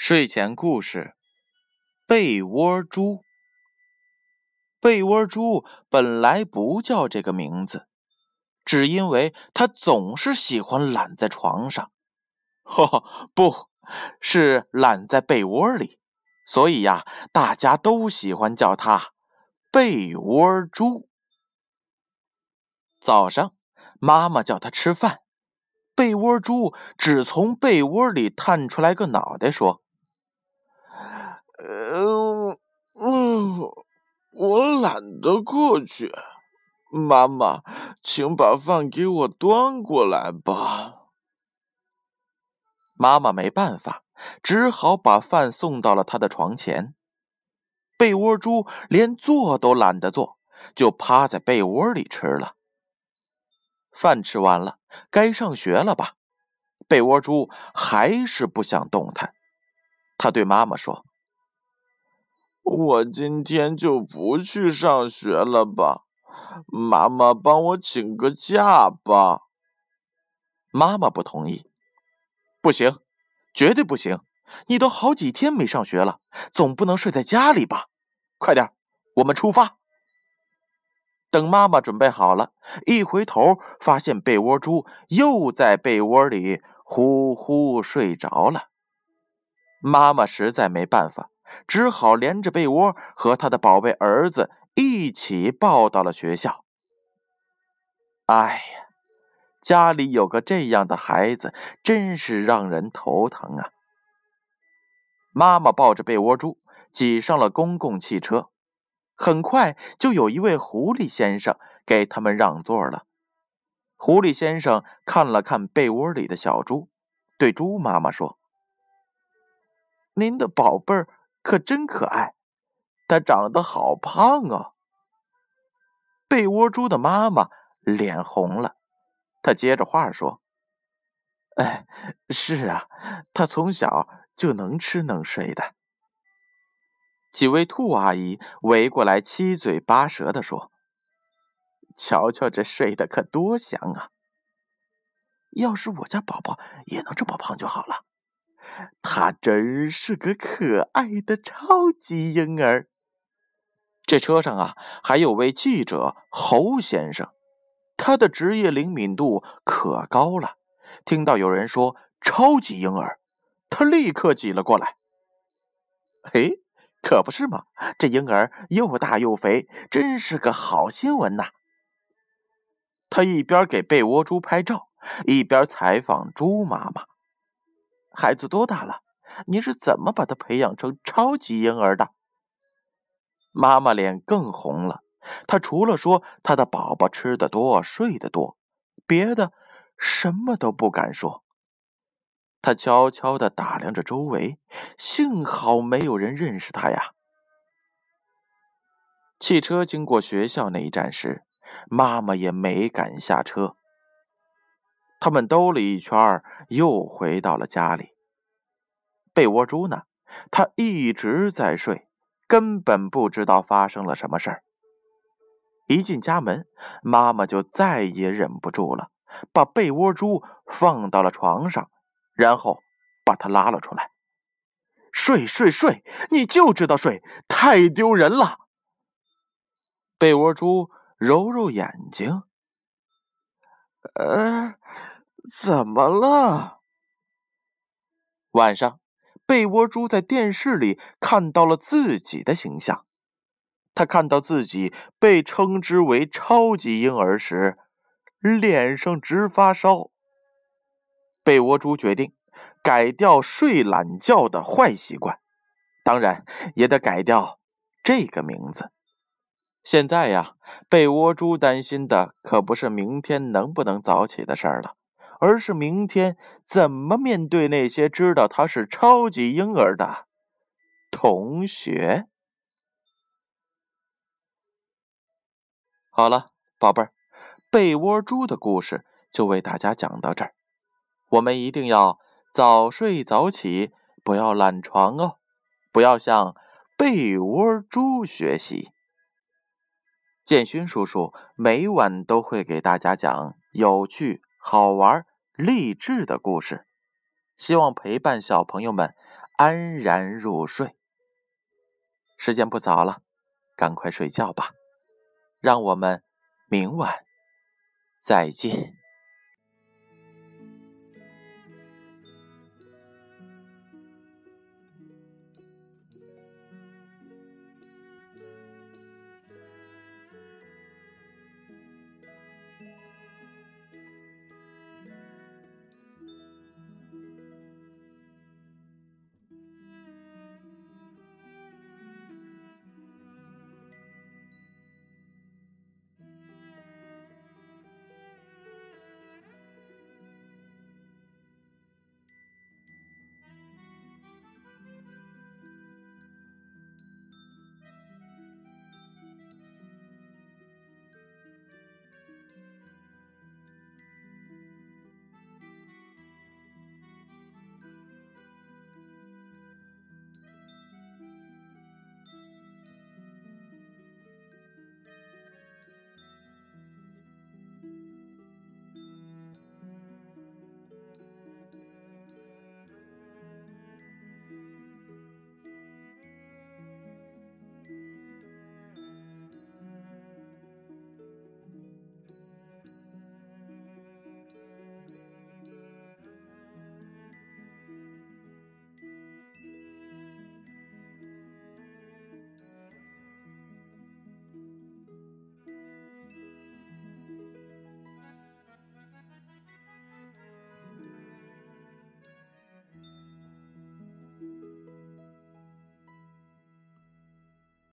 睡前故事：被窝猪。被窝猪本来不叫这个名字，只因为它总是喜欢懒在床上，不是懒在被窝里，所以呀，大家都喜欢叫它被窝猪。早上，妈妈叫它吃饭，被窝猪只从被窝里探出来个脑袋，说： 我懒得过去，妈妈，请把饭给我端过来吧。 妈妈没办法，只好把饭送到了他的床前。被窝猪连坐都懒得坐，就趴在被窝里吃了。饭吃完了，该上学了吧？被窝猪还是不想动弹。他对妈妈说： 我今天就不去上学了吧，妈妈帮我请个假吧。 妈妈不同意。不行，绝对不行，你都好几天没上学了，总不能睡在家里吧？快点，我们出发。等妈妈准备好了，一回头发现被窝猪又在被窝里呼呼睡着了。妈妈实在没办法，只好连着被窝和他的宝贝儿子一起抱到了学校。哎呀，家里有个这样的孩子，真是让人头疼啊！妈妈抱着被窝猪挤上了公共汽车，很快就有一位狐狸先生给他们让座了。狐狸先生看了看被窝里的小猪，对猪妈妈说：您的宝贝儿可真可爱，它长得好胖哦。被窝猪的妈妈脸红了，她接着话说：是啊，它从小就能吃能睡的。几位兔阿姨围过来，七嘴八舌地说：瞧瞧这睡得可多香啊！要是我家宝宝也能这么胖就好了，他真是个可爱的超级婴儿。这车上啊，还有位记者侯先生，他的职业灵敏度可高了，听到有人说超级婴儿，他立刻挤了过来。嘿，可不是嘛，这婴儿又大又肥，真是个好新闻呐！他一边给被窝猪拍照，一边采访猪妈妈：孩子多大了？你是怎么把他培养成超级婴儿的？妈妈脸更红了，她除了说她的宝宝吃得多睡得多，别的什么都不敢说。她悄悄地打量着周围，幸好没有人认识她呀。汽车经过学校那一站时，妈妈也没敢下车。他们兜了一圈，又回到了家里。被窝猪呢，他一直在睡，根本不知道发生了什么事儿。一进家门，妈妈就再也忍不住了，把被窝猪放到了床上，然后把他拉了出来。睡，你就知道睡，太丢人了。被窝猪揉揉眼睛， 怎么了？ 晚上，被窝猪在电视里看到了自己的形象。他看到自己被称之为超级婴儿时，脸上直发烧。被窝猪决定改掉睡懒觉的坏习惯，当然也得改掉这个名字。现在呀，被窝猪担心的可不是明天能不能早起的事儿了，而是明天怎么面对那些知道他是超级婴儿的同学。好了，宝贝儿，被窝猪的故事就为大家讲到这儿。我们一定要早睡早起，不要懒床哦，不要向被窝猪学习。建勋叔叔每晚都会给大家讲有趣、好玩、励志的故事。 希望陪伴小朋友们安然入睡。时间不早了，赶快睡觉吧，让我们明晚再见。